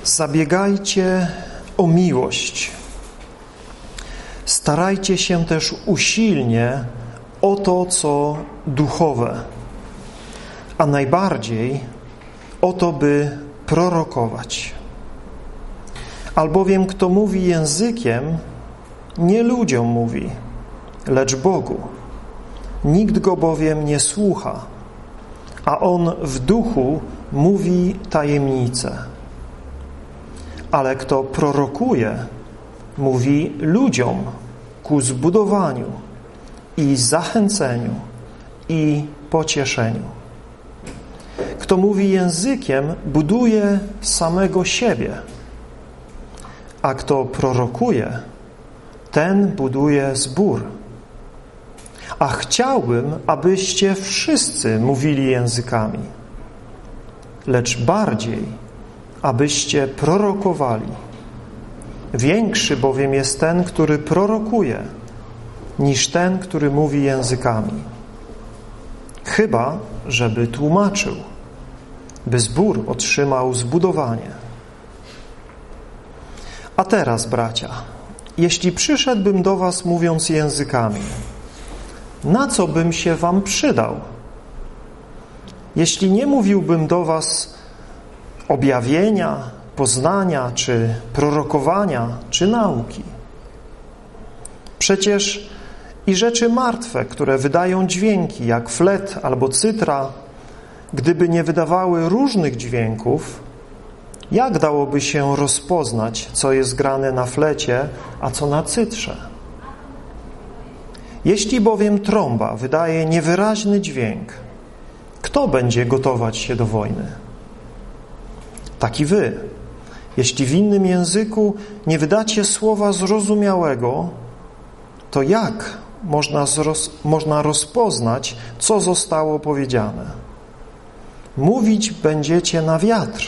Zabiegajcie o miłość. Starajcie się też usilnie o to, co duchowe, a najbardziej o to, by prorokować. Albowiem kto mówi językiem, nie ludziom mówi, lecz Bogu. Nikt go bowiem nie słucha, a on w duchu mówi tajemnice. Ale kto prorokuje, mówi ludziom ku zbudowaniu i zachęceniu i pocieszeniu. Kto mówi językiem, buduje samego siebie, a kto prorokuje, ten buduje zbór. A chciałbym, abyście wszyscy mówili językami, lecz bardziej, abyście prorokowali. Większy bowiem jest ten, który prorokuje, niż ten, który mówi językami. Chyba, żeby tłumaczył, by zbór otrzymał zbudowanie. A teraz, bracia, jeśli przyszedłbym do was mówiąc językami, na co bym się wam przydał? Jeśli nie mówiłbym do was objawienia, poznania, czy prorokowania, czy nauki. Przecież i rzeczy martwe, które wydają dźwięki, jak flet albo cytra, gdyby nie wydawały różnych dźwięków, jak dałoby się rozpoznać, co jest grane na flecie, a co na cytrze? Jeśli bowiem trąba wydaje niewyraźny dźwięk, kto będzie gotować się do wojny? Tak i wy. Jeśli w innym języku nie wydacie słowa zrozumiałego, to jak można rozpoznać, co zostało powiedziane? Mówić będziecie na wiatr.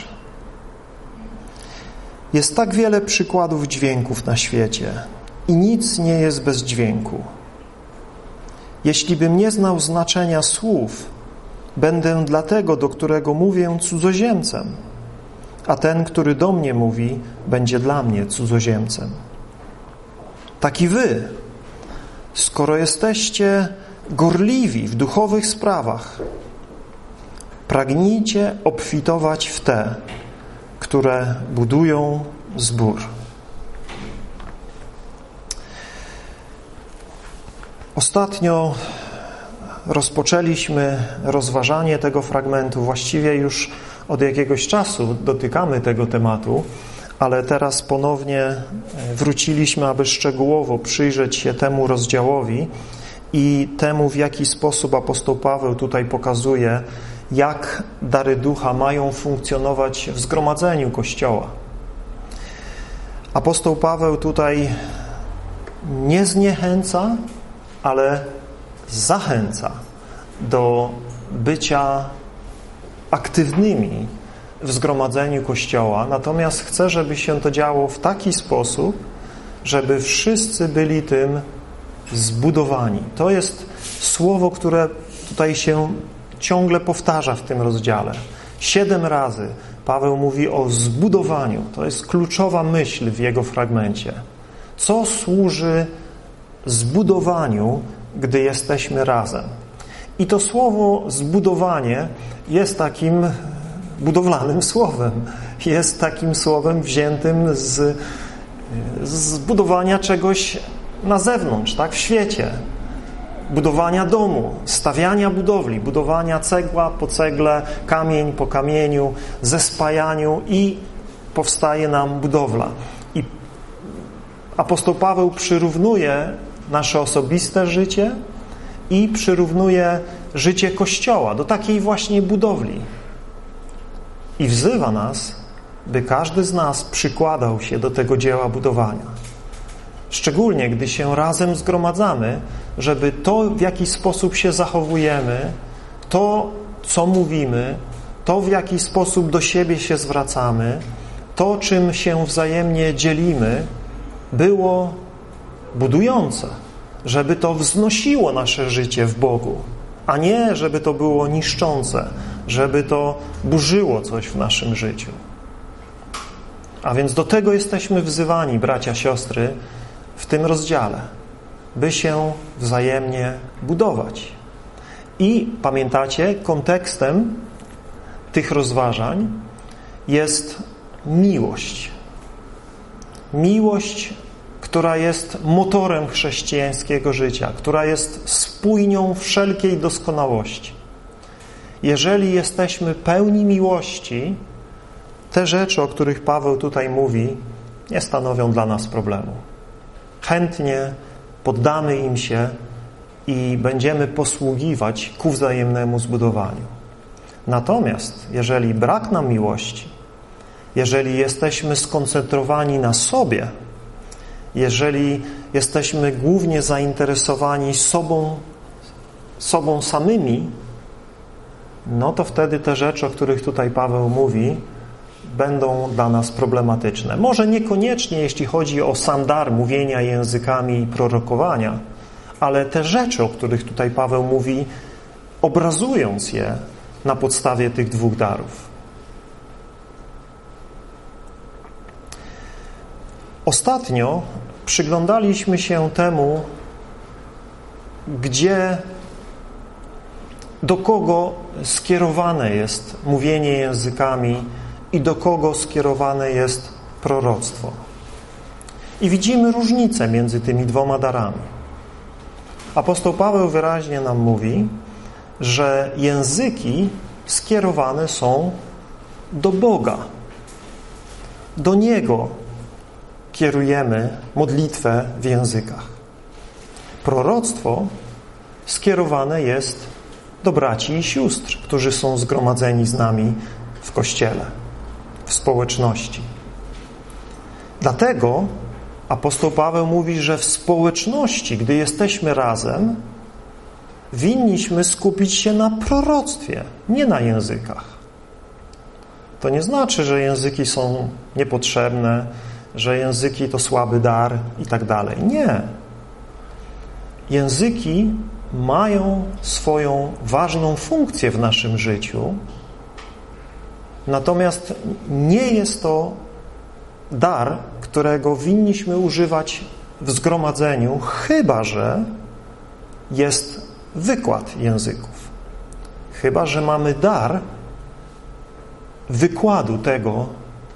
Jest tak wiele przykładów dźwięków na świecie i nic nie jest bez dźwięku. Jeśli bym nie znał znaczenia słów, będę dla tego, do którego mówię, cudzoziemcem, a ten, który do mnie mówi, będzie dla mnie cudzoziemcem. Tak i wy, skoro jesteście gorliwi w duchowych sprawach, pragnijcie obfitować w te, które budują zbór. Ostatnio rozpoczęliśmy rozważanie tego fragmentu. Właściwie już od jakiegoś czasu dotykamy tego tematu, ale teraz ponownie wróciliśmy, aby szczegółowo przyjrzeć się temu rozdziałowi i temu, w jaki sposób apostoł Paweł tutaj pokazuje, jak dary ducha mają funkcjonować w zgromadzeniu Kościoła. Apostoł Paweł tutaj nie zniechęca, ale zachęca do bycia aktywnymi w zgromadzeniu Kościoła, natomiast chce, żeby się to działo w taki sposób, żeby wszyscy byli tym zbudowani. To jest słowo, które tutaj się ciągle powtarza w tym rozdziale. 7 razy Paweł mówi o zbudowaniu. To jest kluczowa myśl w jego fragmencie. Co służy zbudowaniu, gdy jesteśmy razem? I to słowo zbudowanie jest takim budowlanym słowem. Jest takim słowem wziętym z budowania czegoś na zewnątrz, tak, w świecie. Budowania domu, stawiania budowli, budowania cegła po cegle, kamień po kamieniu, zespajaniu i powstaje nam budowla. I apostoł Paweł przyrównuje nasze osobiste życie i przyrównuje życie Kościoła do takiej właśnie budowli. I wzywa nas, by każdy z nas przykładał się do tego dzieła budowania. Szczególnie, gdy się razem zgromadzamy, żeby to, w jaki sposób się zachowujemy, to, co mówimy, to, w jaki sposób do siebie się zwracamy, to, czym się wzajemnie dzielimy, było budujące, żeby to wznosiło nasze życie w Bogu, a nie, żeby to było niszczące, żeby to burzyło coś w naszym życiu. A więc do tego jesteśmy wzywani, bracia, siostry, w tym rozdziale, by się wzajemnie budować. I pamiętacie, kontekstem tych rozważań jest miłość. Miłość, która jest motorem chrześcijańskiego życia, która jest spójnią wszelkiej doskonałości. Jeżeli jesteśmy pełni miłości, te rzeczy, o których Paweł tutaj mówi, nie stanowią dla nas problemu. Chętnie poddamy im się i będziemy posługiwać ku wzajemnemu zbudowaniu. Natomiast jeżeli brak nam miłości, jeżeli jesteśmy skoncentrowani na sobie, jeżeli jesteśmy głównie zainteresowani sobą samymi, no to wtedy te rzeczy, o których tutaj Paweł mówi, będą dla nas problematyczne. Może niekoniecznie, jeśli chodzi o sam dar mówienia językami i prorokowania, ale te rzeczy, o których tutaj Paweł mówi, obrazując je na podstawie tych dwóch darów. Ostatnio przyglądaliśmy się temu, do kogo skierowane jest mówienie językami i do kogo skierowane jest proroctwo. I widzimy różnicę między tymi dwoma darami. Apostoł Paweł wyraźnie nam mówi, że języki skierowane są do Boga. Do Niego kierujemy modlitwę w językach. Proroctwo skierowane jest do braci i sióstr, którzy są zgromadzeni z nami w Kościele, w społeczności. Dlatego apostoł Paweł mówi, że w społeczności, gdy jesteśmy razem, winniśmy skupić się na proroctwie, nie na językach. To nie znaczy, że języki są niepotrzebne, że języki to słaby dar i tak dalej. Nie. Języki mają swoją ważną funkcję w naszym życiu, natomiast nie jest to dar, którego winniśmy używać w zgromadzeniu, chyba że jest wykład języków. Chyba że mamy dar wykładu tego,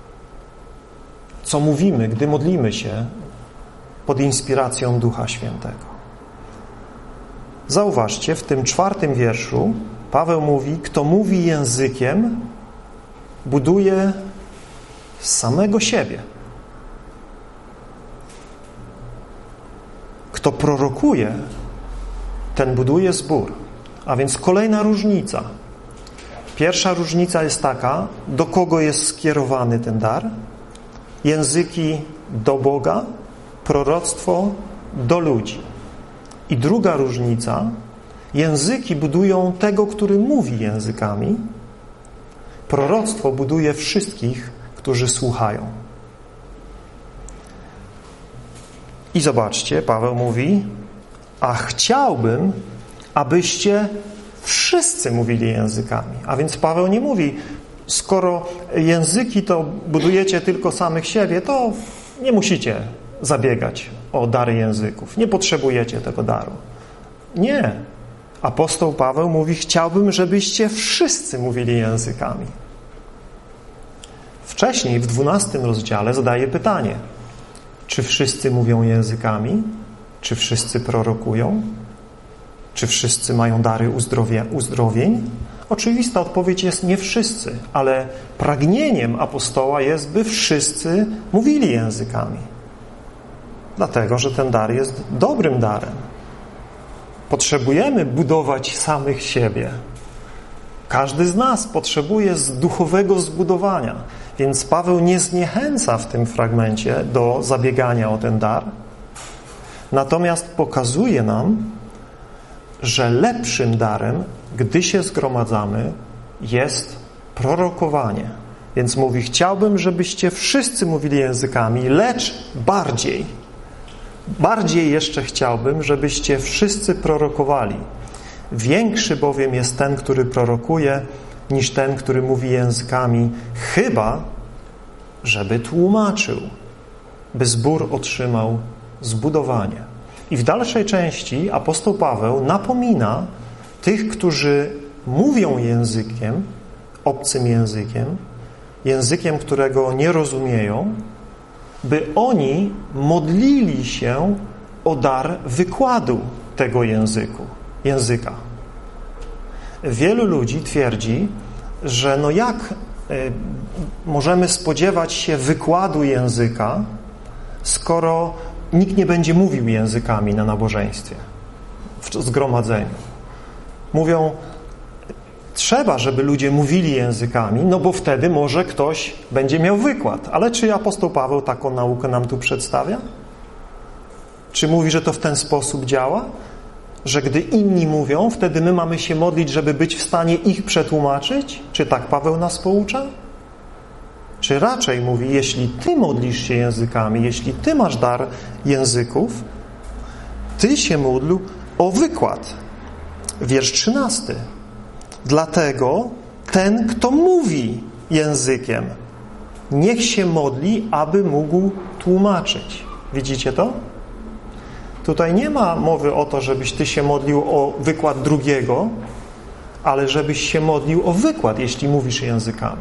co mówimy, gdy modlimy się pod inspiracją Ducha Świętego. Zauważcie, w tym 4 wierszu Paweł mówi, kto mówi językiem, buduje samego siebie. Kto prorokuje, ten buduje zbór. A więc kolejna różnica. Pierwsza różnica jest taka, do kogo jest skierowany ten dar. Języki do Boga, proroctwo do ludzi. I druga różnica, języki budują tego, który mówi językami, proroctwo buduje wszystkich, którzy słuchają. I zobaczcie, Paweł mówi, a chciałbym, abyście wszyscy mówili językami. A więc Paweł nie mówi, skoro języki to budujecie tylko samych siebie, to nie musicie zabiegać o dary języków. Nie potrzebujecie tego daru. Nie. Apostoł Paweł mówi, chciałbym, żebyście wszyscy mówili językami. Wcześniej, w 12 rozdziale zadaje pytanie, czy wszyscy mówią językami? Czy wszyscy prorokują? Czy wszyscy mają dary uzdrowień? Oczywista odpowiedź jest nie wszyscy, ale pragnieniem apostoła jest, by wszyscy mówili językami. Dlatego, że ten dar jest dobrym darem. Potrzebujemy budować samych siebie. Każdy z nas potrzebuje duchowego zbudowania, więc Paweł nie zniechęca w tym fragmencie do zabiegania o ten dar, natomiast pokazuje nam, że lepszym darem, gdy się zgromadzamy, jest prorokowanie. Więc mówi, chciałbym, żebyście wszyscy mówili językami, lecz bardziej jeszcze chciałbym, żebyście wszyscy prorokowali. Większy bowiem jest ten, który prorokuje, niż ten, który mówi językami, chyba żeby tłumaczył, by zbór otrzymał zbudowanie. I w dalszej części apostoł Paweł napomina tych, którzy mówią językiem, obcym językiem, którego nie rozumieją, by oni modlili się o dar wykładu tego języka. Wielu ludzi twierdzi, że jak możemy spodziewać się wykładu języka, skoro nikt nie będzie mówił językami na nabożeństwie, w zgromadzeniu. Mówią, trzeba, żeby ludzie mówili językami, bo wtedy może ktoś będzie miał wykład. Ale czy apostoł Paweł taką naukę nam tu przedstawia? Czy mówi, że to w ten sposób działa? Że gdy inni mówią, wtedy my mamy się modlić, żeby być w stanie ich przetłumaczyć? Czy tak Paweł nas poucza? Czy raczej mówi, jeśli ty modlisz się językami, jeśli ty masz dar języków, ty się módl o wykład. Wiersz 13. Dlatego ten, kto mówi językiem, niech się modli, aby mógł tłumaczyć. Widzicie to? Tutaj nie ma mowy o to, żebyś ty się modlił o wykład drugiego, ale żebyś się modlił o wykład, jeśli mówisz językami.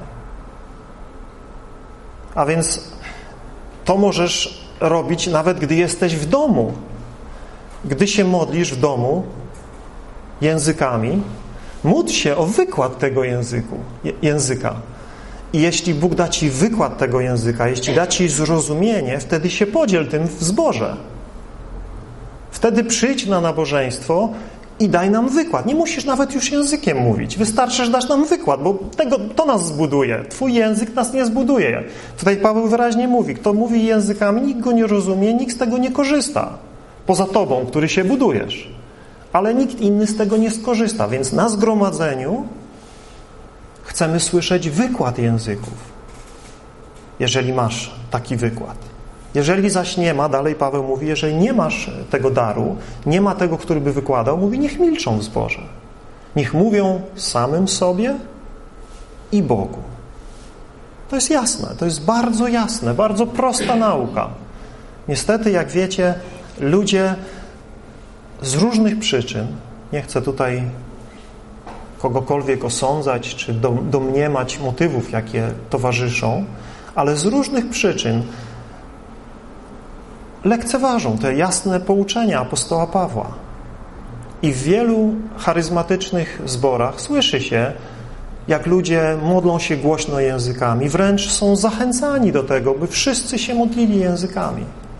A więc to możesz robić nawet gdy jesteś w domu. Gdy się modlisz w domu językami, módl się o wykład tego języka. I jeśli Bóg da ci wykład tego języka, jeśli da ci zrozumienie, wtedy się podziel tym w zborze. Wtedy przyjdź na nabożeństwo i daj nam wykład. Nie musisz nawet już językiem mówić. Wystarczy, że dasz nam wykład, bo to nas zbuduje. Twój język nas nie zbuduje. Tutaj Paweł wyraźnie mówi, kto mówi językami, nikt go nie rozumie, nikt z tego nie korzysta. Poza tobą, który się budujesz. Ale nikt inny z tego nie skorzysta. Więc na zgromadzeniu chcemy słyszeć wykład języków. Jeżeli masz taki wykład. Jeżeli zaś nie ma, dalej Paweł mówi, jeżeli nie masz tego daru, nie ma tego, który by wykładał, mówi, niech milczą w zborze. Niech mówią samym sobie i Bogu. To jest jasne, to jest bardzo jasne, bardzo prosta nauka. Niestety, jak wiecie, ludzie z różnych przyczyn, nie chcę tutaj kogokolwiek osądzać, czy domniemać motywów, jakie towarzyszą, ale z różnych przyczyn lekceważą te jasne pouczenia apostoła Pawła. I w wielu charyzmatycznych zborach słyszy się, jak ludzie modlą się głośno językami, wręcz są zachęcani do tego, by wszyscy się modlili językami.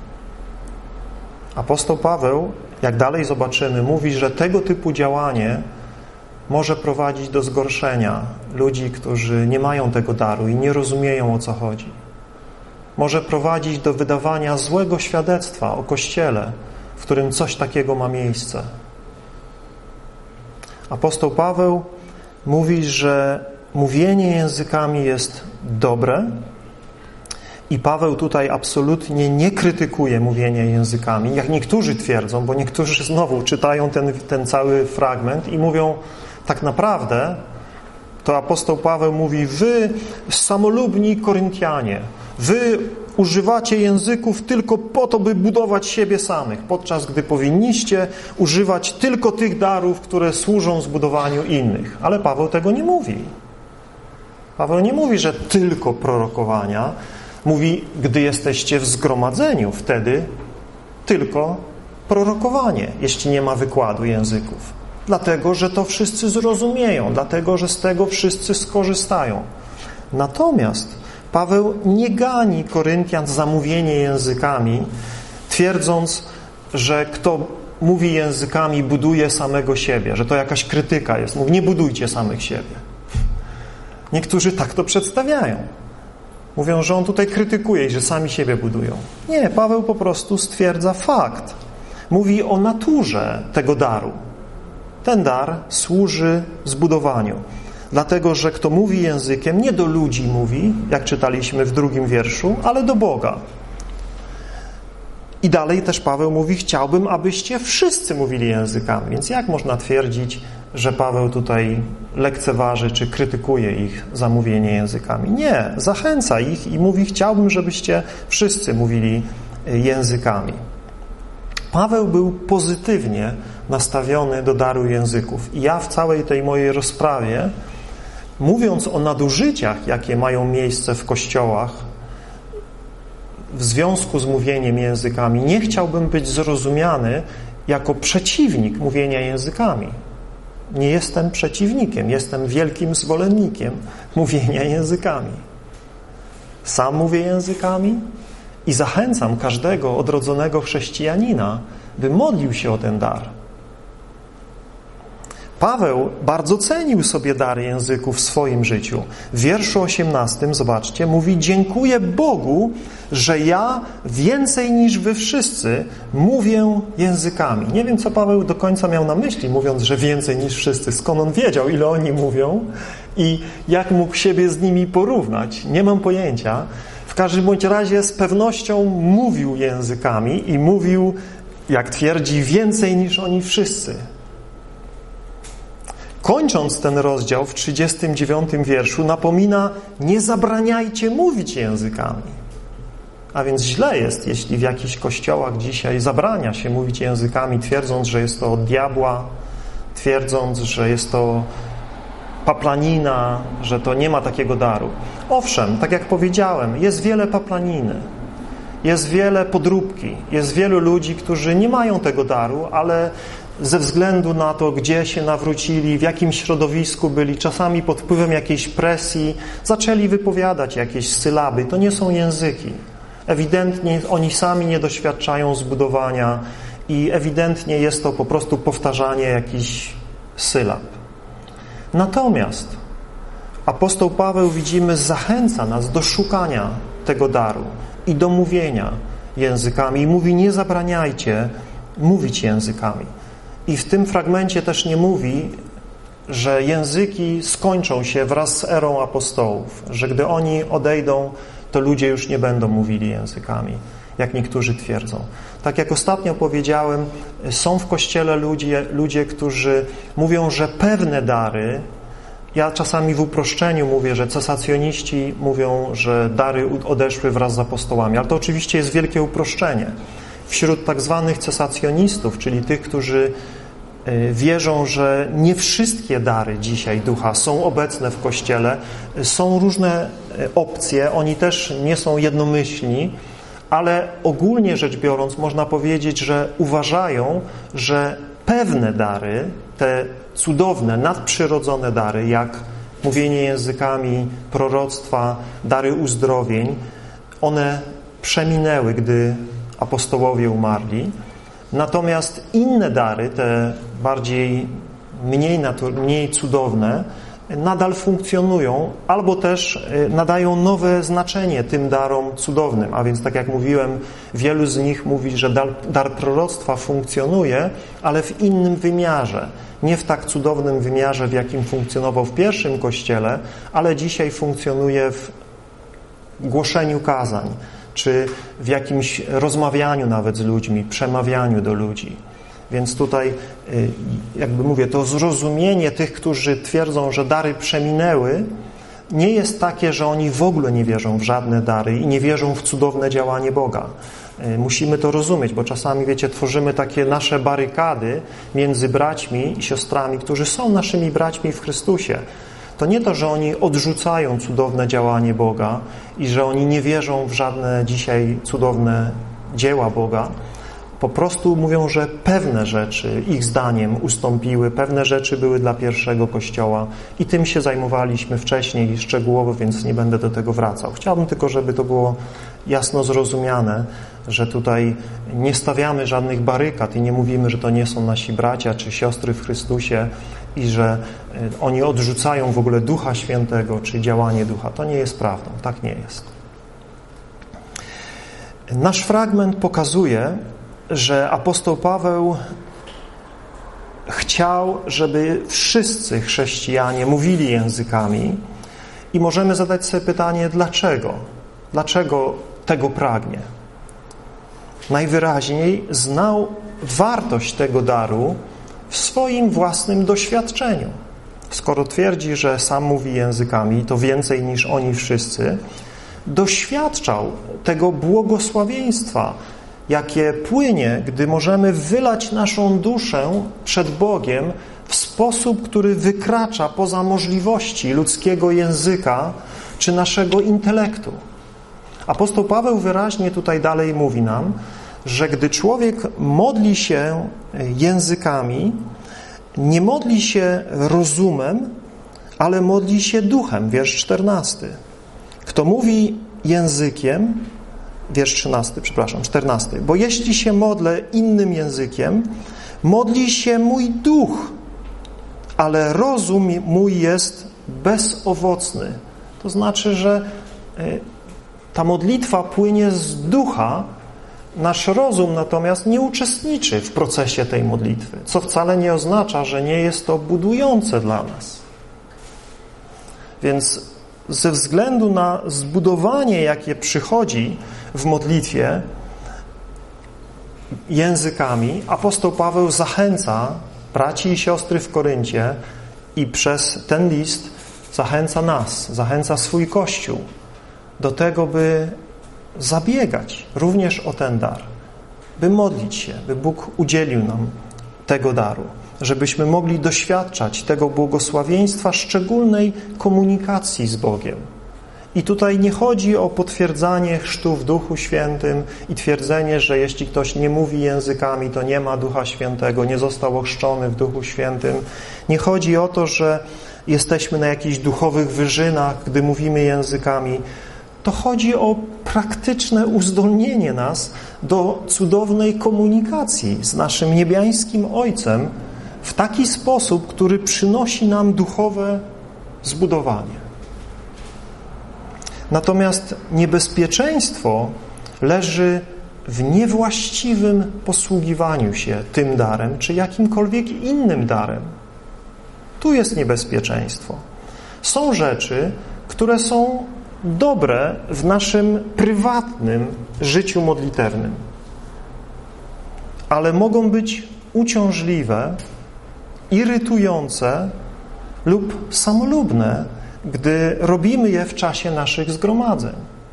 Apostoł Paweł, jak dalej zobaczymy, mówi, że tego typu działanie może prowadzić do zgorszenia ludzi, którzy nie mają tego daru i nie rozumieją, o co chodzi. Może prowadzić do wydawania złego świadectwa o Kościele, w którym coś takiego ma miejsce. Apostoł Paweł mówi, że mówienie językami jest dobre i Paweł tutaj absolutnie nie krytykuje mówienia językami, jak niektórzy twierdzą, bo niektórzy znowu czytają ten cały fragment i mówią, tak naprawdę to apostoł Paweł mówi, wy samolubni Koryntianie, wy używacie języków tylko po to, by budować siebie samych, podczas gdy powinniście używać tylko tych darów, które służą zbudowaniu innych. Ale Paweł tego nie mówi. Paweł nie mówi, że tylko prorokowania. Mówi, gdy jesteście w zgromadzeniu, wtedy tylko prorokowanie, jeśli nie ma wykładu języków. Dlatego, że to wszyscy zrozumieją, dlatego, że z tego wszyscy skorzystają. Natomiast Paweł nie gani Koryntian za mówienie językami, twierdząc, że kto mówi językami, buduje samego siebie, że to jakaś krytyka jest. Mówi, nie budujcie samych siebie. Niektórzy tak to przedstawiają. Mówią, że on tutaj krytykuje i że sami siebie budują. Nie, Paweł po prostu stwierdza fakt. Mówi o naturze tego daru. Ten dar służy zbudowaniu. Dlatego, że kto mówi językiem, nie do ludzi mówi, jak czytaliśmy w 2 wierszu, ale do Boga. I dalej też Paweł mówi, chciałbym, abyście wszyscy mówili językami. Więc jak można twierdzić, że Paweł tutaj lekceważy czy krytykuje ich za mówienie językami? Nie, zachęca ich i mówi, chciałbym, żebyście wszyscy mówili językami. Paweł był pozytywnie nastawiony do daru języków. I ja w całej tej mojej rozprawie, mówiąc o nadużyciach, jakie mają miejsce w kościołach w związku z mówieniem językami, nie chciałbym być zrozumiany jako przeciwnik mówienia językami. Nie jestem przeciwnikiem, jestem wielkim zwolennikiem mówienia językami. Sam mówię językami i zachęcam każdego odrodzonego chrześcijanina, by modlił się o ten dar. Paweł bardzo cenił sobie dar języków w swoim życiu. W wierszu 18, zobaczcie, mówi: dziękuję Bogu, że ja więcej niż wy wszyscy mówię językami. Nie wiem, co Paweł do końca miał na myśli, mówiąc, że więcej niż wszyscy. Skąd on wiedział, ile oni mówią i jak mógł siebie z nimi porównać? Nie mam pojęcia. W każdym bądź razie z pewnością mówił językami i mówił, jak twierdzi, więcej niż oni wszyscy. Kończąc ten rozdział w 39 wierszu napomina: nie zabraniajcie mówić językami. A więc źle jest, jeśli w jakichś kościołach dzisiaj zabrania się mówić językami, twierdząc, że jest to od diabła, twierdząc, że jest to paplanina, że to nie ma takiego daru. Owszem, tak jak powiedziałem, jest wiele paplaniny, jest wiele podróbki, jest wielu ludzi, którzy nie mają tego daru, ale ze względu na to, gdzie się nawrócili, w jakim środowisku byli, czasami pod wpływem jakiejś presji, zaczęli wypowiadać jakieś sylaby. To nie są języki. Ewidentnie oni sami nie doświadczają zbudowania i ewidentnie jest to po prostu powtarzanie jakichś sylab. Natomiast apostoł Paweł, widzimy, zachęca nas do szukania tego daru i do mówienia językami. I mówi: nie zabraniajcie mówić językami. I w tym fragmencie też nie mówi, że języki skończą się wraz z erą apostołów, że gdy oni odejdą, to ludzie już nie będą mówili językami, jak niektórzy twierdzą. Tak jak ostatnio powiedziałem, są w Kościele ludzie, którzy mówią, że pewne dary, ja czasami w uproszczeniu mówię, że cesacjoniści mówią, że dary odeszły wraz z apostołami, ale to oczywiście jest wielkie uproszczenie. Wśród tak zwanych cesacjonistów, czyli tych, którzy wierzą, że nie wszystkie dary dzisiaj Ducha są obecne w Kościele, są różne opcje, oni też nie są jednomyślni, ale ogólnie rzecz biorąc można powiedzieć, że uważają, że pewne dary, te cudowne, nadprzyrodzone dary, jak mówienie językami, proroctwa, dary uzdrowień, one przeminęły, gdy apostołowie umarli. Natomiast inne dary, te mniej cudowne, nadal funkcjonują, albo też nadają nowe znaczenie tym darom cudownym. A więc, tak jak mówiłem, wielu z nich mówi, że dar proroctwa funkcjonuje, ale w innym wymiarze. Nie w tak cudownym wymiarze, w jakim funkcjonował w pierwszym Kościele, ale dzisiaj funkcjonuje w głoszeniu kazań, czy w jakimś rozmawianiu nawet z ludźmi, przemawianiu do ludzi. Więc tutaj, jakby mówię, to zrozumienie tych, którzy twierdzą, że dary przeminęły, nie jest takie, że oni w ogóle nie wierzą w żadne dary i nie wierzą w cudowne działanie Boga. Musimy to rozumieć, bo czasami, wiecie, tworzymy takie nasze barykady między braćmi i siostrami, którzy są naszymi braćmi w Chrystusie. To nie to, że oni odrzucają cudowne działanie Boga i że oni nie wierzą w żadne dzisiaj cudowne dzieła Boga. Po prostu mówią, że pewne rzeczy ich zdaniem ustąpiły, pewne rzeczy były dla pierwszego Kościoła i tym się zajmowaliśmy wcześniej szczegółowo, więc nie będę do tego wracał. Chciałbym tylko, żeby to było jasno zrozumiane, że tutaj nie stawiamy żadnych barykad i nie mówimy, że to nie są nasi bracia czy siostry w Chrystusie i że oni odrzucają w ogóle Ducha Świętego czy działanie Ducha. To nie jest prawdą. Tak nie jest. Nasz fragment pokazuje, że apostoł Paweł chciał, żeby wszyscy chrześcijanie mówili językami i możemy zadać sobie pytanie, dlaczego? Dlaczego tego pragnie? najwyraźniej znał wartość tego daru w swoim własnym doświadczeniu. Skoro twierdzi, że sam mówi językami, to więcej niż oni wszyscy, doświadczał tego błogosławieństwa, jakie płynie, gdy możemy wylać naszą duszę przed Bogiem w sposób, który wykracza poza możliwości ludzkiego języka czy naszego intelektu. Apostoł Paweł wyraźnie tutaj dalej mówi nam, że gdy człowiek modli się językami, nie modli się rozumem, ale modli się duchem. Wiersz 14. Kto mówi językiem, wiersz 13, przepraszam, 14. Bo jeśli się modlę innym językiem, modli się mój duch, ale rozum mój jest bezowocny. To znaczy, że ta modlitwa płynie z ducha, nasz rozum natomiast nie uczestniczy w procesie tej modlitwy, co wcale nie oznacza, że nie jest to budujące dla nas. Więc ze względu na zbudowanie, jakie przychodzi w modlitwie językami, apostoł Paweł zachęca braci i siostry w Koryncie i przez ten list zachęca nas, zachęca swój Kościół do tego, by zabiegać również o ten dar, by modlić się, by Bóg udzielił nam tego daru, żebyśmy mogli doświadczać tego błogosławieństwa szczególnej komunikacji z Bogiem. I tutaj nie chodzi o potwierdzanie chrztu w Duchu Świętym i twierdzenie, że jeśli ktoś nie mówi językami, to nie ma Ducha Świętego, nie został ochrzczony w Duchu Świętym. Nie chodzi o to, że jesteśmy na jakichś duchowych wyżynach, gdy mówimy językami. To chodzi o praktyczne uzdolnienie nas do cudownej komunikacji z naszym niebiańskim Ojcem w taki sposób, który przynosi nam duchowe zbudowanie. Natomiast niebezpieczeństwo leży w niewłaściwym posługiwaniu się tym darem, czy jakimkolwiek innym darem. Tu jest niebezpieczeństwo. Są rzeczy, które są dobre w naszym prywatnym życiu modlitewnym, ale mogą być uciążliwe, irytujące lub samolubne, gdy robimy je w czasie naszych zgromadzeń.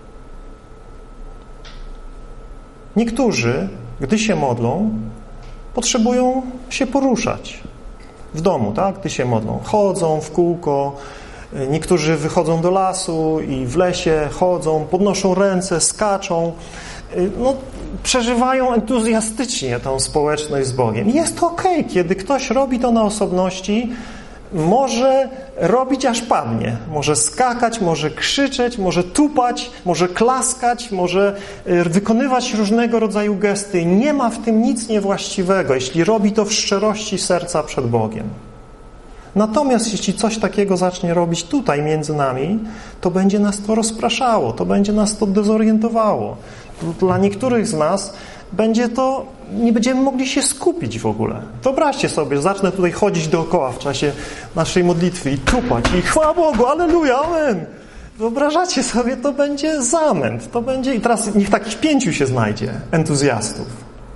Niektórzy, gdy się modlą, potrzebują się poruszać w domu, tak? Gdy się modlą, chodzą w kółko. Niektórzy wychodzą do lasu i w lesie chodzą, podnoszą ręce, skaczą. Przeżywają entuzjastycznie tą społeczność z Bogiem. Jest to okej, kiedy ktoś robi to na osobności, może robić aż padnie. Może skakać, może krzyczeć, może tupać, może klaskać, może wykonywać różnego rodzaju gesty. Nie ma w tym nic niewłaściwego, jeśli robi to w szczerości serca przed Bogiem. Natomiast jeśli coś takiego zacznie robić tutaj między nami, to będzie nas to rozpraszało, to będzie nas to dezorientowało. Dla niektórych z nas nie będziemy mogli się skupić w ogóle. Wyobraźcie sobie, zacznę tutaj chodzić dookoła w czasie naszej modlitwy i tupać i chwała Bogu, alleluja, amen. Wyobrażacie sobie, to będzie zamęt. I teraz niech takich 5 się znajdzie, entuzjastów.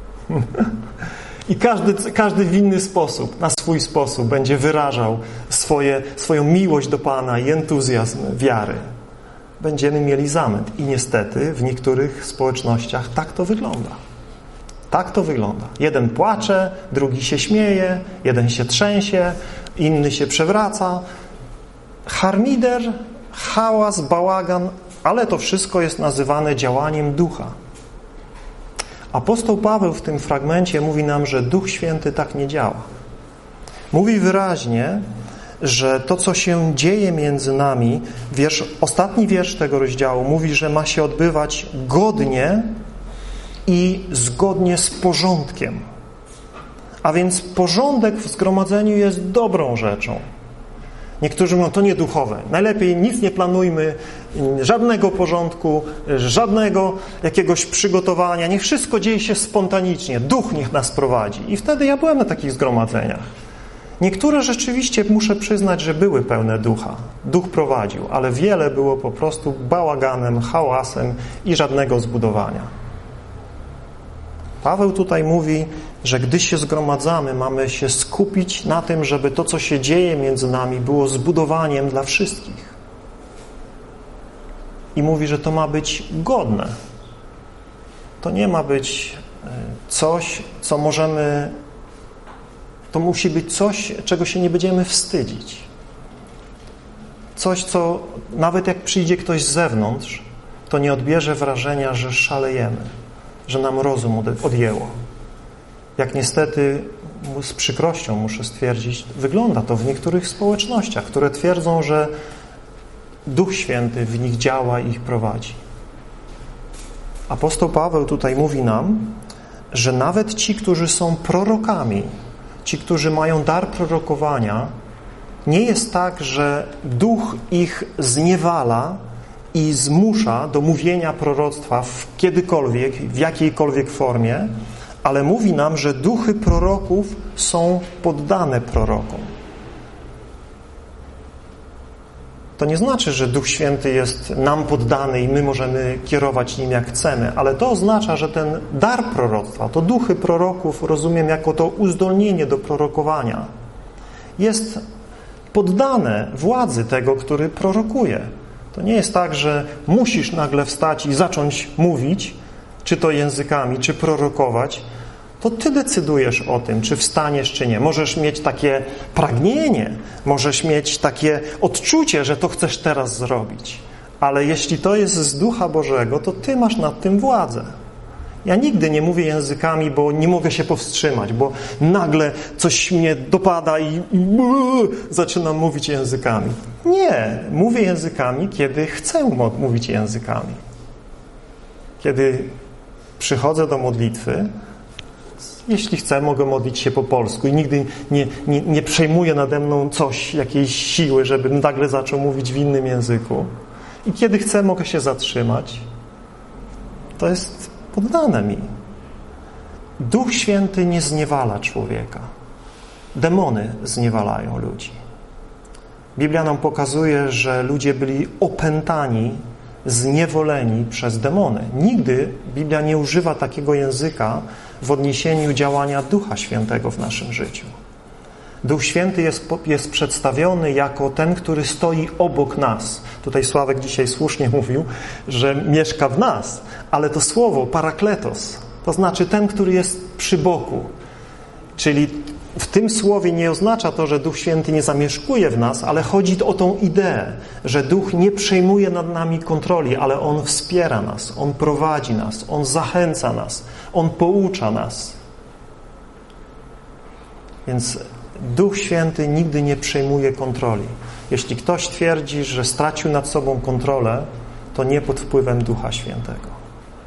I każdy w inny sposób, na swój sposób będzie wyrażał swoją miłość do Pana i entuzjazm wiary. Będziemy mieli zamęt. I niestety w niektórych społecznościach tak to wygląda. Tak to wygląda. Jeden płacze, drugi się śmieje, jeden się trzęsie, inny się przewraca. Harmider, hałas, bałagan, ale to wszystko jest nazywane działaniem ducha. Apostoł Paweł w tym fragmencie mówi nam, że Duch Święty tak nie działa. Mówi wyraźnie, że to, co się dzieje między nami, ostatni wiersz tego rozdziału mówi, że ma się odbywać godnie i zgodnie z porządkiem. A więc porządek w zgromadzeniu jest dobrą rzeczą. Niektórzy mówią, to nie duchowe. Najlepiej nic nie planujmy, żadnego porządku, żadnego jakiegoś przygotowania. Niech wszystko dzieje się spontanicznie. Duch niech nas prowadzi. I wtedy ja byłem na takich zgromadzeniach. Niektóre rzeczywiście, muszę przyznać, że były pełne ducha. Duch prowadził, ale wiele było po prostu bałaganem, hałasem i żadnego zbudowania. Paweł tutaj mówi, że gdy się zgromadzamy, mamy się skupić na tym, żeby to, co się dzieje między nami, było zbudowaniem dla wszystkich. I mówi, że to ma być godne. To nie ma być coś, co możemy... To musi być coś, czego się nie będziemy wstydzić. Coś, co nawet jak przyjdzie ktoś z zewnątrz, to nie odbierze wrażenia, że szalejemy, że nam rozum odjęło. Jak niestety z przykrością muszę stwierdzić, wygląda to w niektórych społecznościach, które twierdzą, że Duch Święty w nich działa i ich prowadzi. Apostoł Paweł tutaj mówi nam, że nawet ci, którzy są prorokami, ci, którzy mają dar prorokowania, nie jest tak, że Duch ich zniewala i zmusza do mówienia proroctwa kiedykolwiek, w jakiejkolwiek formie, ale mówi nam, że duchy proroków są poddane prorokom. To nie znaczy, że Duch Święty jest nam poddany i my możemy kierować nim jak chcemy, ale to oznacza, że ten dar proroctwa, to duchy proroków rozumiem jako to uzdolnienie do prorokowania, jest poddane władzy tego, który prorokuje. To nie jest tak, że musisz nagle wstać i zacząć mówić, czy to językami, czy prorokować. To ty decydujesz o tym, czy wstaniesz, czy nie. Możesz mieć takie pragnienie, możesz mieć takie odczucie, że to chcesz teraz zrobić. Ale jeśli to jest z Ducha Bożego, to ty masz nad tym władzę. Ja nigdy nie mówię językami, bo nie mogę się powstrzymać, bo nagle coś mnie dopada i zaczynam mówić językami. Nie, mówię językami, kiedy chcę mówić językami. Kiedy przychodzę do modlitwy, jeśli chcę, mogę modlić się po polsku i nigdy nie przejmuję nade mną jakiejś siły, żebym nagle zaczął mówić w innym języku. I kiedy chcę, mogę się zatrzymać. To jest poddane mi. Duch Święty nie zniewala człowieka. Demony zniewalają ludzi. Biblia nam pokazuje, że ludzie byli opętani, zniewoleni przez demony. Nigdy Biblia nie używa takiego języka w odniesieniu działania Ducha Świętego w naszym życiu. Duch Święty jest przedstawiony jako ten, który stoi obok nas. Tutaj Sławek dzisiaj słusznie mówił, że mieszka w nas, ale to słowo parakletos, to znaczy ten, który jest przy boku. Czyli w tym słowie nie oznacza to, że Duch Święty nie zamieszkuje w nas, ale chodzi o tą ideę, że Duch nie przejmuje nad nami kontroli, ale On wspiera nas, On prowadzi nas, On zachęca nas, On poucza nas. Więc Duch Święty nigdy nie przejmuje kontroli. Jeśli ktoś twierdzi, że stracił nad sobą kontrolę, to nie pod wpływem Ducha Świętego.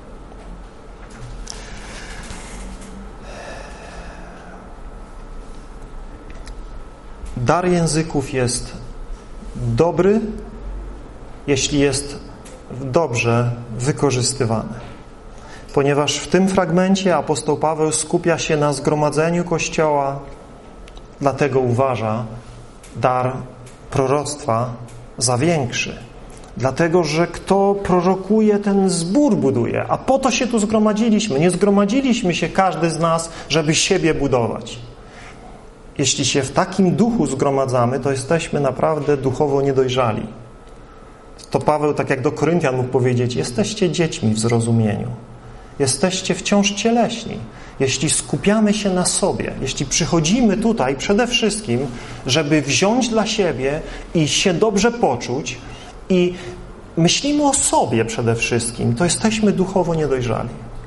Dar języków jest dobry, jeśli jest dobrze wykorzystywany. Ponieważ w tym fragmencie apostoł Paweł skupia się na zgromadzeniu Kościoła, dlatego uważa dar proroctwa za większy. Dlatego, że kto prorokuje, ten zbór buduje. A po to się tu zgromadziliśmy. Nie zgromadziliśmy się każdy z nas, żeby siebie budować. Jeśli się w takim duchu zgromadzamy, to jesteśmy naprawdę duchowo niedojrzali. To Paweł, tak jak do Koryntian mógł powiedzieć, jesteście dziećmi w zrozumieniu. Jesteście wciąż cieleśni. Jeśli skupiamy się na sobie, jeśli przychodzimy tutaj przede wszystkim, żeby wziąć dla siebie i się dobrze poczuć i myślimy o sobie przede wszystkim, to jesteśmy duchowo niedojrzali.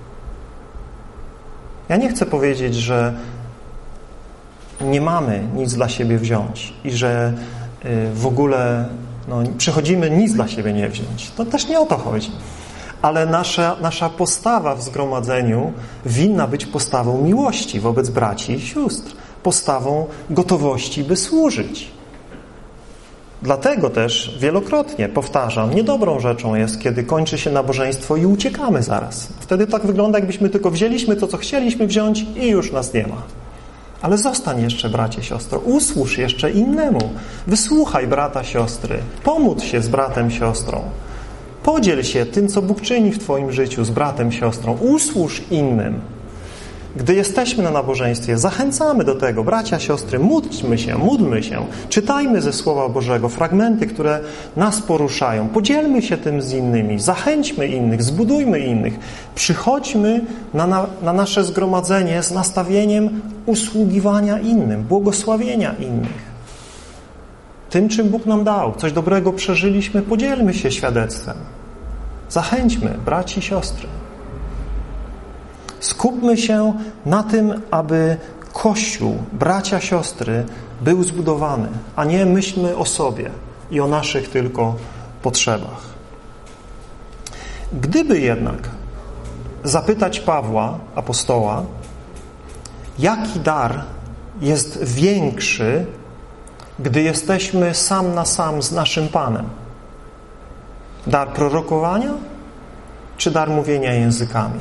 Ja nie chcę powiedzieć, że nie mamy nic dla siebie wziąć i że w ogóle przychodzimy nic dla siebie nie wziąć. To też nie o to chodzi. Ale nasza postawa w zgromadzeniu winna być postawą miłości wobec braci i sióstr. Postawą gotowości, by służyć. Dlatego też wielokrotnie powtarzam, niedobrą rzeczą jest, kiedy kończy się nabożeństwo i uciekamy zaraz. Wtedy tak wygląda, jakbyśmy tylko wzięliśmy to, co chcieliśmy wziąć i już nas nie ma. Ale zostań jeszcze, bracie, siostro, usłuż jeszcze innemu. Wysłuchaj brata, siostry, pomódl się z bratem, siostrą. Podziel się tym, co Bóg czyni w twoim życiu z bratem, siostrą. Usłuż innym. Gdy jesteśmy na nabożeństwie, zachęcamy do tego. Bracia, siostry, módlmy się. Czytajmy ze Słowa Bożego fragmenty, które nas poruszają. Podzielmy się tym z innymi. Zachęćmy innych, zbudujmy innych. Przychodźmy na nasze zgromadzenie z nastawieniem usługiwania innym, błogosławienia innych. Tym, czym Bóg nam dał, coś dobrego przeżyliśmy, podzielmy się świadectwem. Zachęćmy braci i siostry. Skupmy się na tym, aby Kościół, bracia, siostry był zbudowany, a nie myślmy o sobie i o naszych tylko potrzebach. Gdyby jednak zapytać Pawła, apostoła, jaki dar jest większy, gdy jesteśmy sam na sam z naszym Panem? Dar prorokowania czy dar mówienia językami?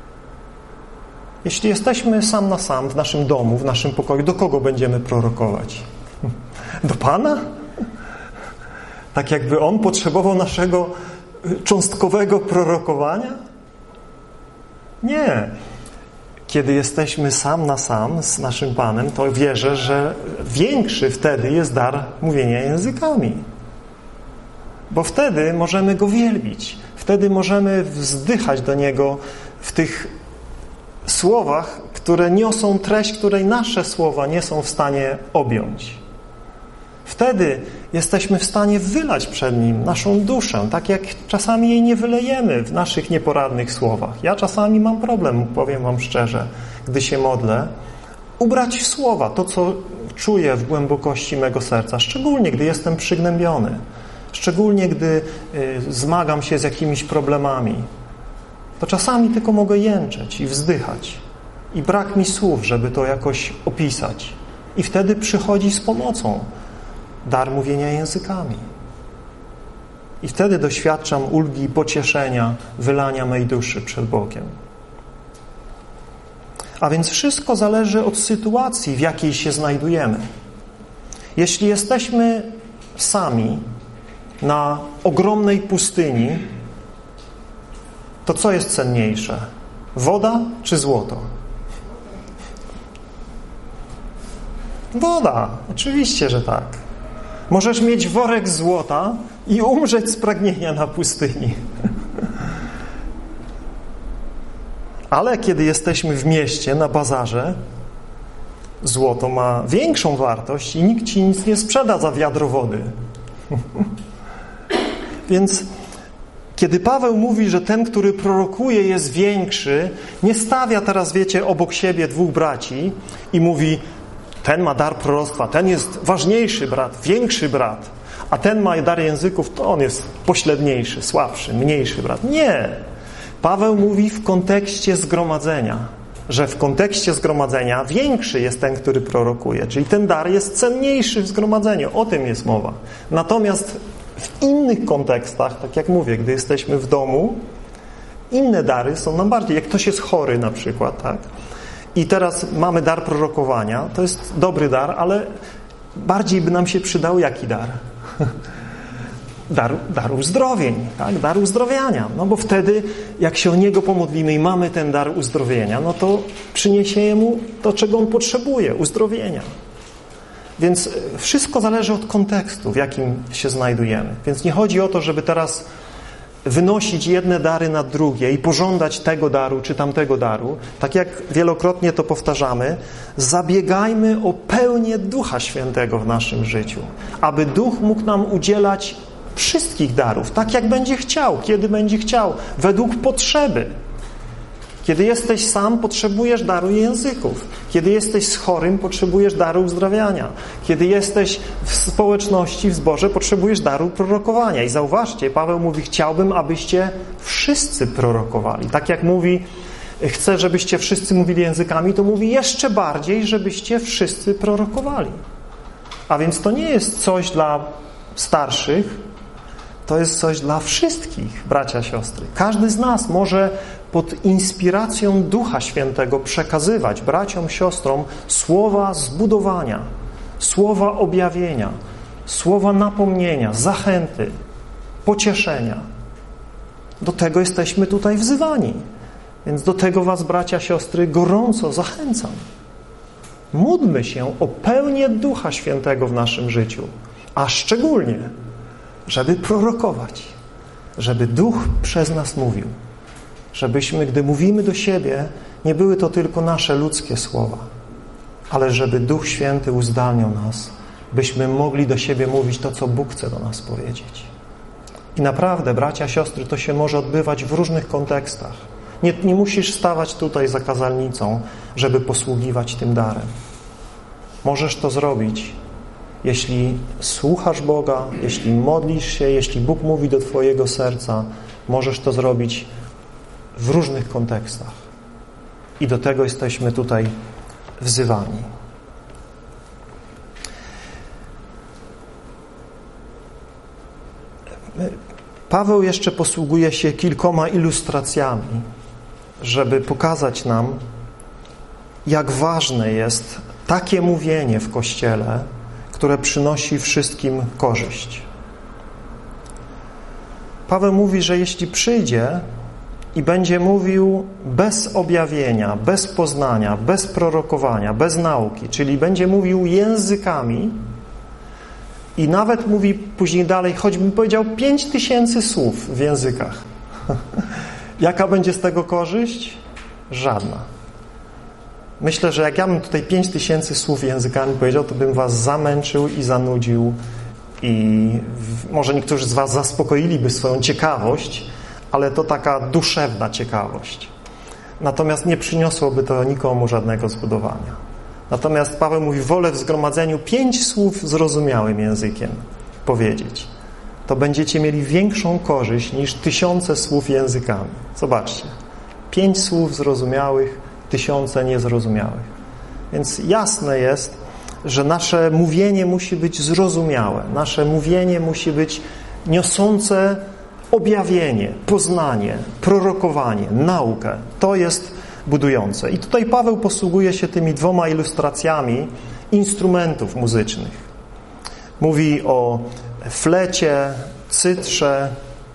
Jeśli jesteśmy sam na sam w naszym domu, w naszym pokoju, do kogo będziemy prorokować? Do Pana? Tak jakby On potrzebował naszego cząstkowego prorokowania? Nie. Kiedy jesteśmy sam na sam z naszym Panem, to wierzę, że większy wtedy jest dar mówienia językami. Bo wtedy możemy Go wielbić. Wtedy możemy wzdychać do Niego w tych słowach, które niosą treść, której nasze słowa nie są w stanie objąć. Wtedy jesteśmy w stanie wylać przed Nim naszą duszę, tak jak czasami jej nie wylejemy w naszych nieporadnych słowach. Ja czasami mam problem, powiem Wam szczerze, gdy się modlę, ubrać w słowa to, co czuję w głębokości mego serca, szczególnie gdy jestem przygnębiony, szczególnie gdy zmagam się z jakimiś problemami. To czasami tylko mogę jęczeć i wzdychać. I brak mi słów, żeby to jakoś opisać. I wtedy przychodzi z pomocą dar mówienia językami. I wtedy doświadczam ulgi i pocieszenia, wylania mej duszy przed Bogiem. A więc wszystko zależy od sytuacji, w jakiej się znajdujemy. Jeśli jesteśmy sami na ogromnej pustyni, to co jest cenniejsze? Woda czy złoto? Woda. Oczywiście, że tak. Możesz mieć worek złota i umrzeć z pragnienia na pustyni. Ale kiedy jesteśmy w mieście, na bazarze, złoto ma większą wartość i nikt ci nic nie sprzeda za wiadro wody. Więc kiedy Paweł mówi, że ten, który prorokuje, jest większy, nie stawia teraz, wiecie, obok siebie dwóch braci i mówi, ten ma dar proroctwa, ten jest ważniejszy brat, większy brat, a ten ma dar języków, to on jest pośredniejszy, słabszy, mniejszy brat. Nie. Paweł mówi w kontekście zgromadzenia, że w kontekście zgromadzenia większy jest ten, który prorokuje, czyli ten dar jest cenniejszy w zgromadzeniu. O tym jest mowa. Natomiast w innych kontekstach, tak jak mówię, gdy jesteśmy w domu, inne dary są nam bardziej, jak ktoś jest chory na przykład, tak? I teraz mamy dar prorokowania, to jest dobry dar, ale bardziej by nam się przydał jaki dar? Dar uzdrowień, tak? Dar uzdrowienia. No bo wtedy, jak się o niego pomodlimy i mamy ten dar uzdrowienia, no to przyniesie mu to, czego on potrzebuje, uzdrowienia. Więc wszystko zależy od kontekstu, w jakim się znajdujemy. Więc nie chodzi o to, żeby teraz wynosić jedne dary nad drugie i pożądać tego daru czy tamtego daru. Tak jak wielokrotnie to powtarzamy, zabiegajmy o pełnię Ducha Świętego w naszym życiu, aby Duch mógł nam udzielać wszystkich darów, tak jak będzie chciał, kiedy będzie chciał, według potrzeby. Kiedy jesteś sam, potrzebujesz daru języków. Kiedy jesteś z chorym, potrzebujesz daru uzdrawiania. Kiedy jesteś w społeczności, w zborze, potrzebujesz daru prorokowania. I zauważcie, Paweł mówi, chciałbym, abyście wszyscy prorokowali. Tak jak mówi, chcę, żebyście wszyscy mówili językami, to mówi jeszcze bardziej, żebyście wszyscy prorokowali. A więc to nie jest coś dla starszych, to jest coś dla wszystkich, bracia, siostry. Każdy z nas może pod inspiracją Ducha Świętego przekazywać braciom, siostrom słowa zbudowania, słowa objawienia, słowa napomnienia, zachęty, pocieszenia. Do tego jesteśmy tutaj wzywani. Więc do tego was, bracia, siostry, gorąco zachęcam. Módlmy się o pełnię Ducha Świętego w naszym życiu, a szczególnie, żeby prorokować, żeby Duch przez nas mówił, żebyśmy, gdy mówimy do siebie, nie były to tylko nasze ludzkie słowa, ale żeby Duch Święty uzdalniał nas, byśmy mogli do siebie mówić to, co Bóg chce do nas powiedzieć. I naprawdę, bracia, siostry, to się może odbywać w różnych kontekstach. Nie musisz stawać tutaj za kazalnicą, żeby posługiwać tym darem. Możesz to zrobić, jeśli słuchasz Boga, jeśli modlisz się, jeśli Bóg mówi do twojego serca, możesz to zrobić w różnych kontekstach. I do tego jesteśmy tutaj wzywani. Paweł jeszcze posługuje się kilkoma ilustracjami, żeby pokazać nam, jak ważne jest takie mówienie w Kościele, które przynosi wszystkim korzyść. Paweł mówi, że jeśli przyjdzie i będzie mówił bez objawienia, bez poznania, bez prorokowania, bez nauki, czyli będzie mówił językami i nawet mówi później dalej, choćbym powiedział 5000 słów w językach. Jaka będzie z tego korzyść? Żadna. Myślę, że jak ja bym tutaj 5000 słów językami powiedział, to bym was zamęczył i zanudził i może niektórzy z was zaspokoiliby swoją ciekawość, ale to taka duszewna ciekawość. Natomiast nie przyniosłoby to nikomu żadnego zbudowania. Natomiast Paweł mówi, wolę w zgromadzeniu 5 słów zrozumiałym językiem powiedzieć. To będziecie mieli większą korzyść niż 1000 słów językami. Zobaczcie. 5 słów zrozumiałych, 1000 niezrozumiałych. Więc jasne jest, że nasze mówienie musi być zrozumiałe. Nasze mówienie musi być niosące objawienie, poznanie, prorokowanie, naukę. To jest budujące. I tutaj Paweł posługuje się tymi 2 ilustracjami instrumentów muzycznych. Mówi o flecie, cytrze,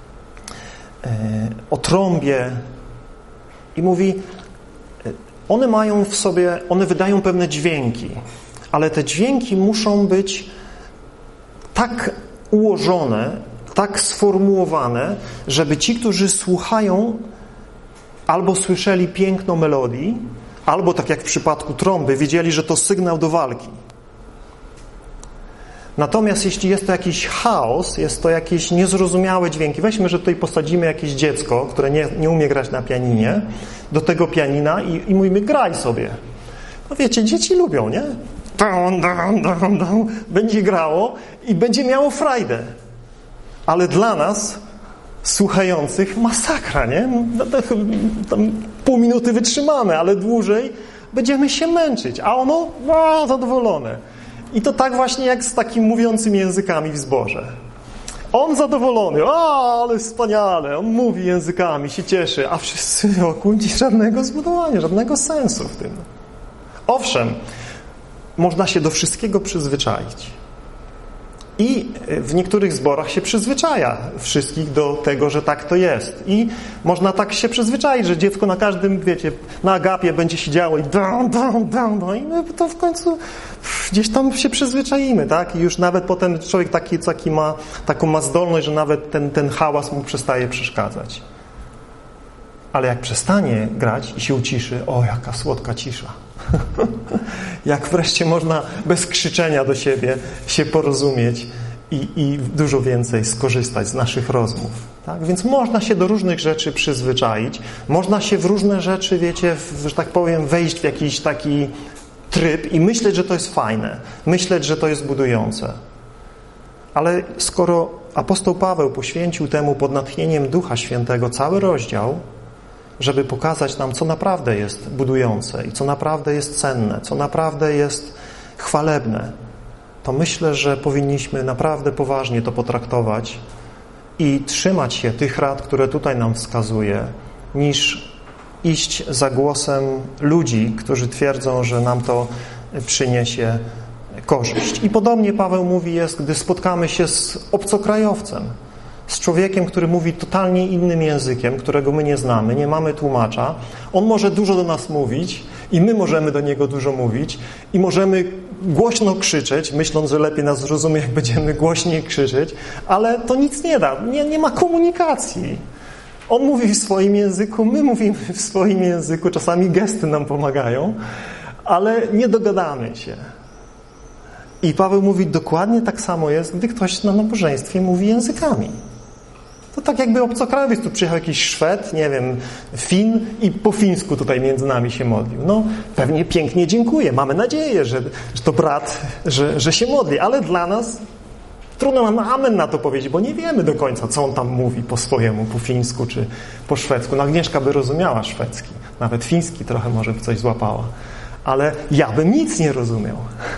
o trąbie i mówi, one mają w sobie, one wydają pewne dźwięki, ale te dźwięki muszą być tak ułożone, tak sformułowane, żeby ci, którzy słuchają, albo słyszeli piękno melodii, albo tak jak w przypadku trąby, wiedzieli, że to sygnał do walki. Natomiast jeśli jest to jakiś chaos, jest to jakieś niezrozumiałe dźwięki, weźmy, że tutaj posadzimy jakieś dziecko, które nie umie grać na pianinie, do tego pianina i mówimy, graj sobie. No wiecie, dzieci lubią, nie? Będzie grało i będzie miało frajdę. Ale dla nas, słuchających, masakra, nie? Tam pół minuty wytrzymamy, ale dłużej będziemy się męczyć, a ono zadowolone. I to tak właśnie jak z takim mówiącym językami w zborze. On zadowolony, ale wspaniale, on mówi językami, się cieszy, a wszyscy wokół nie żadnego zbudowania, żadnego sensu w tym. Owszem, można się do wszystkiego przyzwyczaić. I w niektórych zborach się przyzwyczaja wszystkich do tego, że tak to jest. I można tak się przyzwyczaić, że dziecko na każdym, wiecie, na agapie będzie siedziało i i my to w końcu gdzieś tam się przyzwyczaimy, tak? I już nawet potem człowiek taką ma zdolność, że nawet ten hałas mu przestaje przeszkadzać. Ale jak przestanie grać i się uciszy, jaka słodka cisza. Jak wreszcie można bez krzyczenia do siebie się porozumieć i dużo więcej skorzystać z naszych rozmów. Tak? Więc można się do różnych rzeczy przyzwyczaić, można się w różne rzeczy, wiecie, że tak powiem, wejść w jakiś taki tryb i myśleć, że to jest fajne, myśleć, że to jest budujące. Ale skoro apostoł Paweł poświęcił temu pod natchnieniem Ducha Świętego cały rozdział, żeby pokazać nam, co naprawdę jest budujące i co naprawdę jest cenne, co naprawdę jest chwalebne, to myślę, że powinniśmy naprawdę poważnie to potraktować i trzymać się tych rad, które tutaj nam wskazuje, niż iść za głosem ludzi, którzy twierdzą, że nam to przyniesie korzyść. I podobnie Paweł mówi jest, gdy spotkamy się z obcokrajowcem, z człowiekiem, który mówi totalnie innym językiem, którego my nie znamy, nie mamy tłumacza. On może dużo do nas mówić i my możemy do niego dużo mówić i możemy głośno krzyczeć, myśląc, że lepiej nas zrozumie, jak będziemy głośniej krzyczeć, ale to nic nie da. Nie ma komunikacji. On mówi w swoim języku, my mówimy w swoim języku, czasami gesty nam pomagają, ale nie dogadamy się. I Paweł mówi, dokładnie tak samo jest, gdy ktoś na nabożeństwie mówi językami. To tak jakby obcokrajowiec, tu przyjechał jakiś Szwed, nie wiem, Fin i po fińsku tutaj między nami się modlił. No, pewnie pięknie dziękuję. Mamy nadzieję, że to brat, że się modli, ale dla nas trudno nam amen na to powiedzieć, bo nie wiemy do końca, co on tam mówi po swojemu, po fińsku czy po szwedzku. No, Agnieszka by rozumiała szwedzki, nawet fiński trochę może by coś złapała, ale ja bym nic nie rozumiał.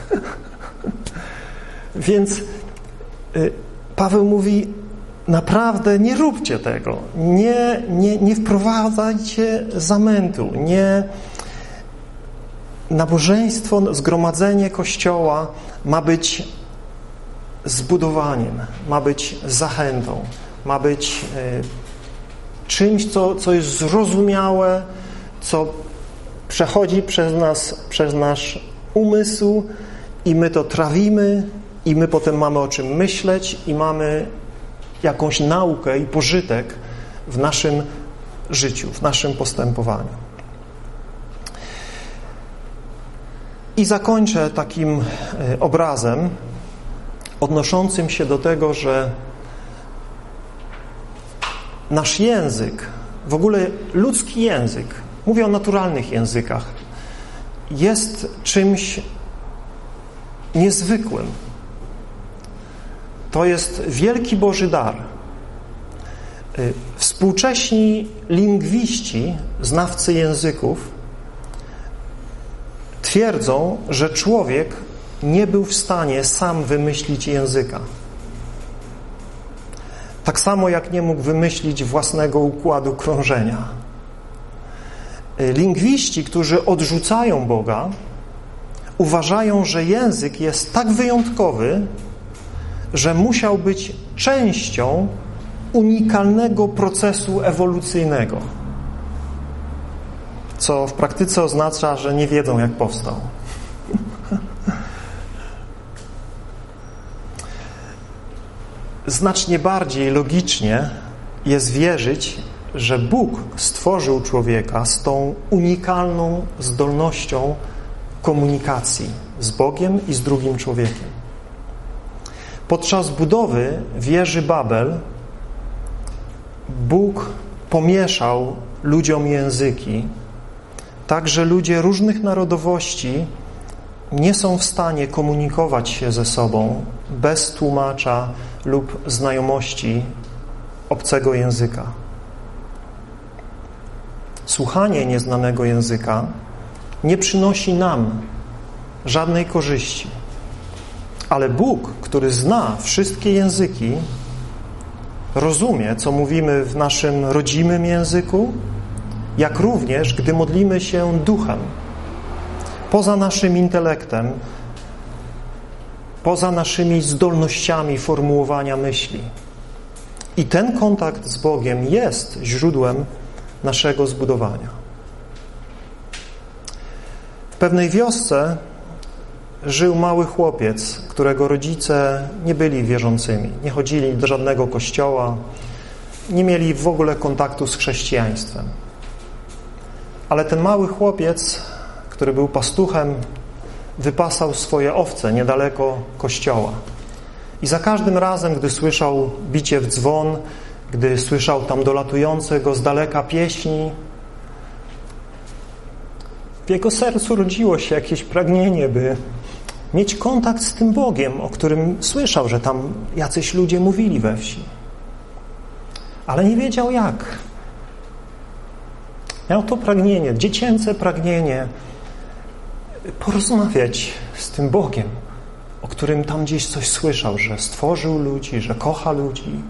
Więc Paweł mówi, naprawdę nie róbcie tego. Nie wprowadzajcie zamętu. Nabożeństwo, zgromadzenie Kościoła ma być zbudowaniem, ma być zachętą, ma być czymś, co jest zrozumiałe, co przechodzi przez nasz umysł i my to trawimy i my potem mamy o czym myśleć i mamy jakąś naukę i pożytek w naszym życiu, w naszym postępowaniu. I zakończę takim obrazem odnoszącym się do tego, że nasz język, w ogóle ludzki język, mówię o naturalnych językach, jest czymś niezwykłym. To jest wielki Boży dar. Współcześni lingwiści, znawcy języków, twierdzą, że człowiek nie był w stanie sam wymyślić języka. Tak samo jak nie mógł wymyślić własnego układu krążenia. Lingwiści, którzy odrzucają Boga, uważają, że język jest tak wyjątkowy, że musiał być częścią unikalnego procesu ewolucyjnego, co w praktyce oznacza, że nie wiedzą, jak powstał. Znacznie bardziej logicznie jest wierzyć, że Bóg stworzył człowieka z tą unikalną zdolnością komunikacji z Bogiem i z drugim człowiekiem. Podczas budowy wieży Babel Bóg pomieszał ludziom języki, tak że ludzie różnych narodowości nie są w stanie komunikować się ze sobą bez tłumacza lub znajomości obcego języka. Słuchanie nieznanego języka nie przynosi nam żadnej korzyści. Ale Bóg, który zna wszystkie języki, rozumie, co mówimy w naszym rodzimym języku, jak również, gdy modlimy się duchem, poza naszym intelektem, poza naszymi zdolnościami formułowania myśli. I ten kontakt z Bogiem jest źródłem naszego zbudowania. W pewnej wiosce żył mały chłopiec, którego rodzice nie byli wierzącymi, nie chodzili do żadnego kościoła, nie mieli w ogóle kontaktu z chrześcijaństwem. Ale ten mały chłopiec, który był pastuchem, wypasał swoje owce niedaleko kościoła. I za każdym razem, gdy słyszał bicie w dzwon, gdy słyszał tam dolatujące go z daleka pieśni, w jego sercu rodziło się jakieś pragnienie, by mieć kontakt z tym Bogiem, o którym słyszał, że tam jacyś ludzie mówili we wsi. Ale nie wiedział jak. Miał to pragnienie, dziecięce pragnienie porozmawiać z tym Bogiem, o którym tam gdzieś coś słyszał, że stworzył ludzi, że kocha ludzi.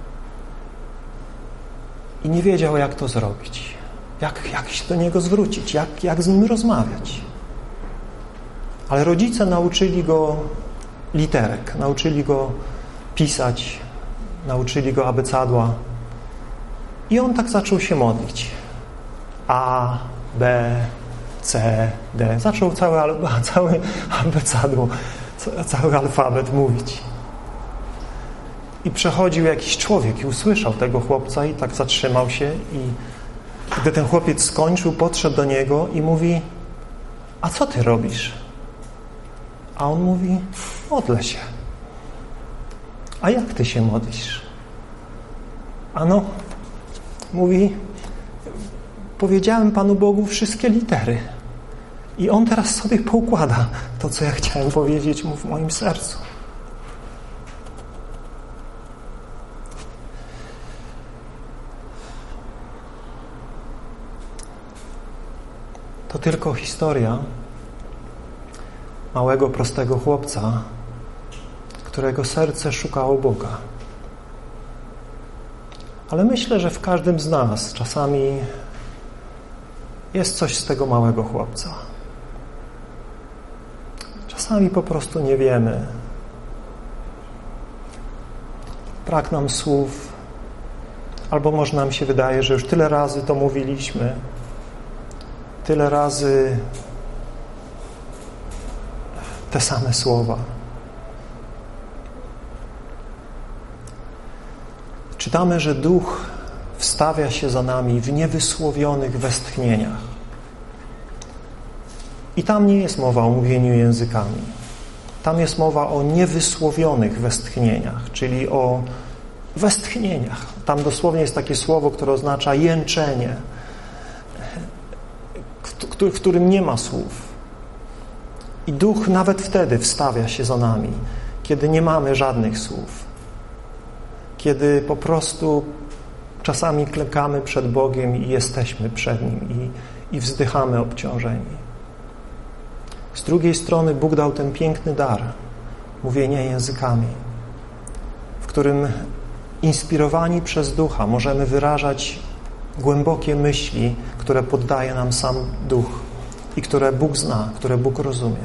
I nie wiedział, jak to zrobić. Jak się do Niego zwrócić, jak z Nim rozmawiać. Ale rodzice nauczyli go literek, nauczyli go pisać, nauczyli go abecadła i on tak zaczął się modlić. A, B, C, D. Zaczął całe abecadło, cały alfabet mówić. I przechodził jakiś człowiek i usłyszał tego chłopca i tak zatrzymał się i gdy ten chłopiec skończył, podszedł do niego i mówi: a co ty robisz? A on mówi: modlę się. A jak ty się modlisz? Ano, mówi: powiedziałem Panu Bogu wszystkie litery i On teraz sobie poukłada to, co ja chciałem powiedzieć Mu w moim sercu. To tylko historia małego, prostego chłopca, którego serce szukało Boga. Ale myślę, że w każdym z nas czasami jest coś z tego małego chłopca. Czasami po prostu nie wiemy. Brak nam słów, albo może nam się wydaje, że już tyle razy to mówiliśmy, tyle razy te same słowa. Czytamy, że Duch wstawia się za nami w niewysłowionych westchnieniach. I tam nie jest mowa o mówieniu językami. Tam jest mowa o niewysłowionych westchnieniach, czyli o westchnieniach. Tam dosłownie jest takie słowo, które oznacza jęczenie, w którym nie ma słów. I Duch nawet wtedy wstawia się za nami, kiedy nie mamy żadnych słów. Kiedy po prostu czasami klękamy przed Bogiem i jesteśmy przed Nim i wzdychamy obciążeni. Z drugiej strony Bóg dał ten piękny dar mówienia językami, w którym inspirowani przez Ducha możemy wyrażać głębokie myśli, które poddaje nam sam Duch i które Bóg zna, które Bóg rozumie.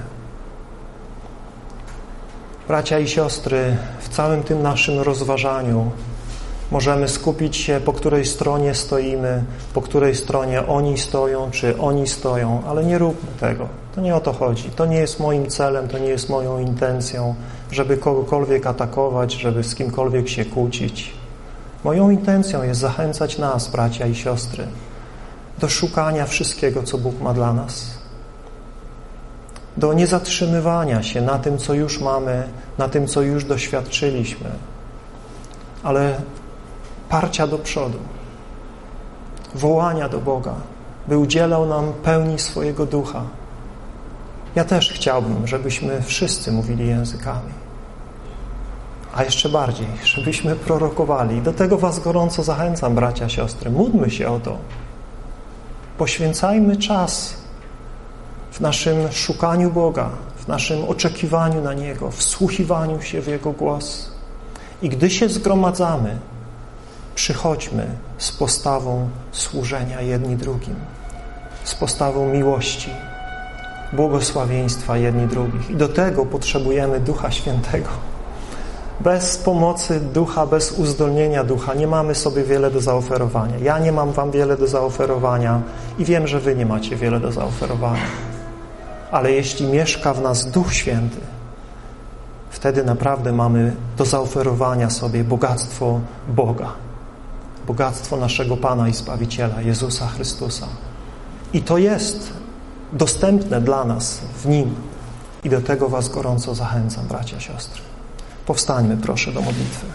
Bracia i siostry, w całym tym naszym rozważaniu możemy skupić się, po której stronie stoimy, po której stronie oni stoją, czy oni stoją, ale nie róbmy tego. To nie o to chodzi. To nie jest moim celem, to nie jest moją intencją, żeby kogokolwiek atakować, żeby z kimkolwiek się kłócić. Moją intencją jest zachęcać nas, bracia i siostry, do szukania wszystkiego, co Bóg ma dla nas. Do niezatrzymywania się na tym, co już mamy, na tym, co już doświadczyliśmy, ale parcia do przodu, wołania do Boga, by udzielał nam pełni swojego Ducha. Ja też chciałbym, żebyśmy wszyscy mówili językami, a jeszcze bardziej, żebyśmy prorokowali. Do tego was gorąco zachęcam, bracia, siostry. Módlmy się o to. Poświęcajmy czas w naszym szukaniu Boga, w naszym oczekiwaniu na Niego, wsłuchiwaniu się w Jego głos. I gdy się zgromadzamy, przychodźmy z postawą służenia jedni drugim, z postawą miłości, błogosławieństwa jedni drugich. I do tego potrzebujemy Ducha Świętego. Bez pomocy Ducha, bez uzdolnienia Ducha nie mamy sobie wiele do zaoferowania. Ja nie mam wam wiele do zaoferowania i wiem, że wy nie macie wiele do zaoferowania. Ale jeśli mieszka w nas Duch Święty, wtedy naprawdę mamy do zaoferowania sobie bogactwo Boga, bogactwo naszego Pana i Zbawiciela, Jezusa Chrystusa. I to jest dostępne dla nas w Nim. I do tego was gorąco zachęcam, bracia, siostry. Powstańmy, proszę, do modlitwy.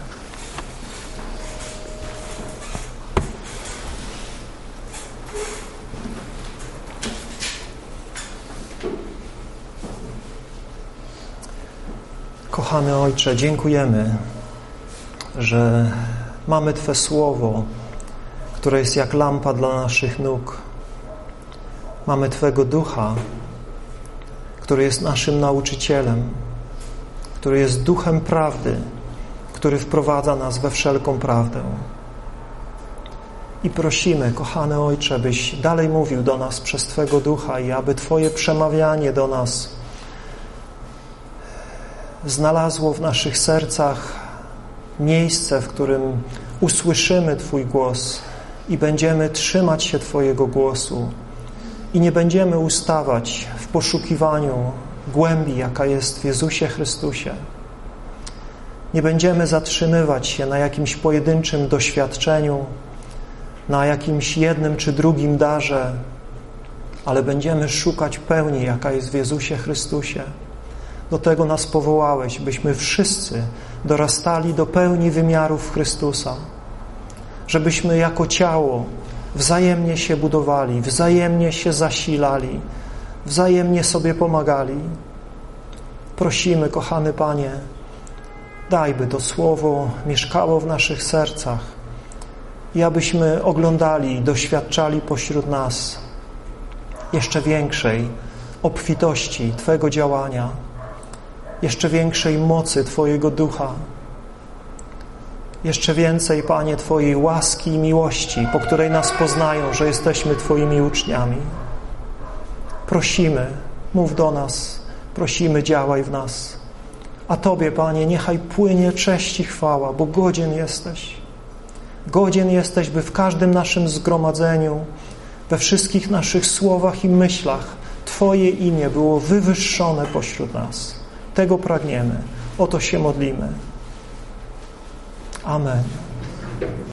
Kochany Ojcze, dziękujemy, że mamy Twe Słowo, które jest jak lampa dla naszych nóg. Mamy Twego Ducha, który jest naszym nauczycielem, który jest Duchem prawdy, który wprowadza nas we wszelką prawdę. I prosimy, kochany Ojcze, byś dalej mówił do nas przez Twego Ducha i aby Twoje przemawianie do nas znalazło w naszych sercach miejsce, w którym usłyszymy Twój głos i będziemy trzymać się Twojego głosu i nie będziemy ustawać w poszukiwaniu głębi, jaka jest w Jezusie Chrystusie. Nie będziemy zatrzymywać się na jakimś pojedynczym doświadczeniu, na jakimś jednym czy drugim darze, ale będziemy szukać pełni, jaka jest w Jezusie Chrystusie. Do tego nas powołałeś, byśmy wszyscy dorastali do pełni wymiarów Chrystusa, żebyśmy jako ciało wzajemnie się budowali, wzajemnie się zasilali, wzajemnie sobie pomagali. Prosimy, kochany Panie, daj, by to Słowo mieszkało w naszych sercach i abyśmy oglądali i doświadczali pośród nas jeszcze większej obfitości Twego działania, jeszcze większej mocy Twojego Ducha, jeszcze więcej, Panie, Twojej łaski i miłości, po której nas poznają, że jesteśmy Twoimi uczniami. Prosimy, mów do nas, prosimy, działaj w nas. A Tobie, Panie, niechaj płynie cześć i chwała, bo godzien jesteś. Godzien jesteś, by w każdym naszym zgromadzeniu, we wszystkich naszych słowach i myślach Twoje imię było wywyższone pośród nas. Tego pragniemy. O to się modlimy. Amen.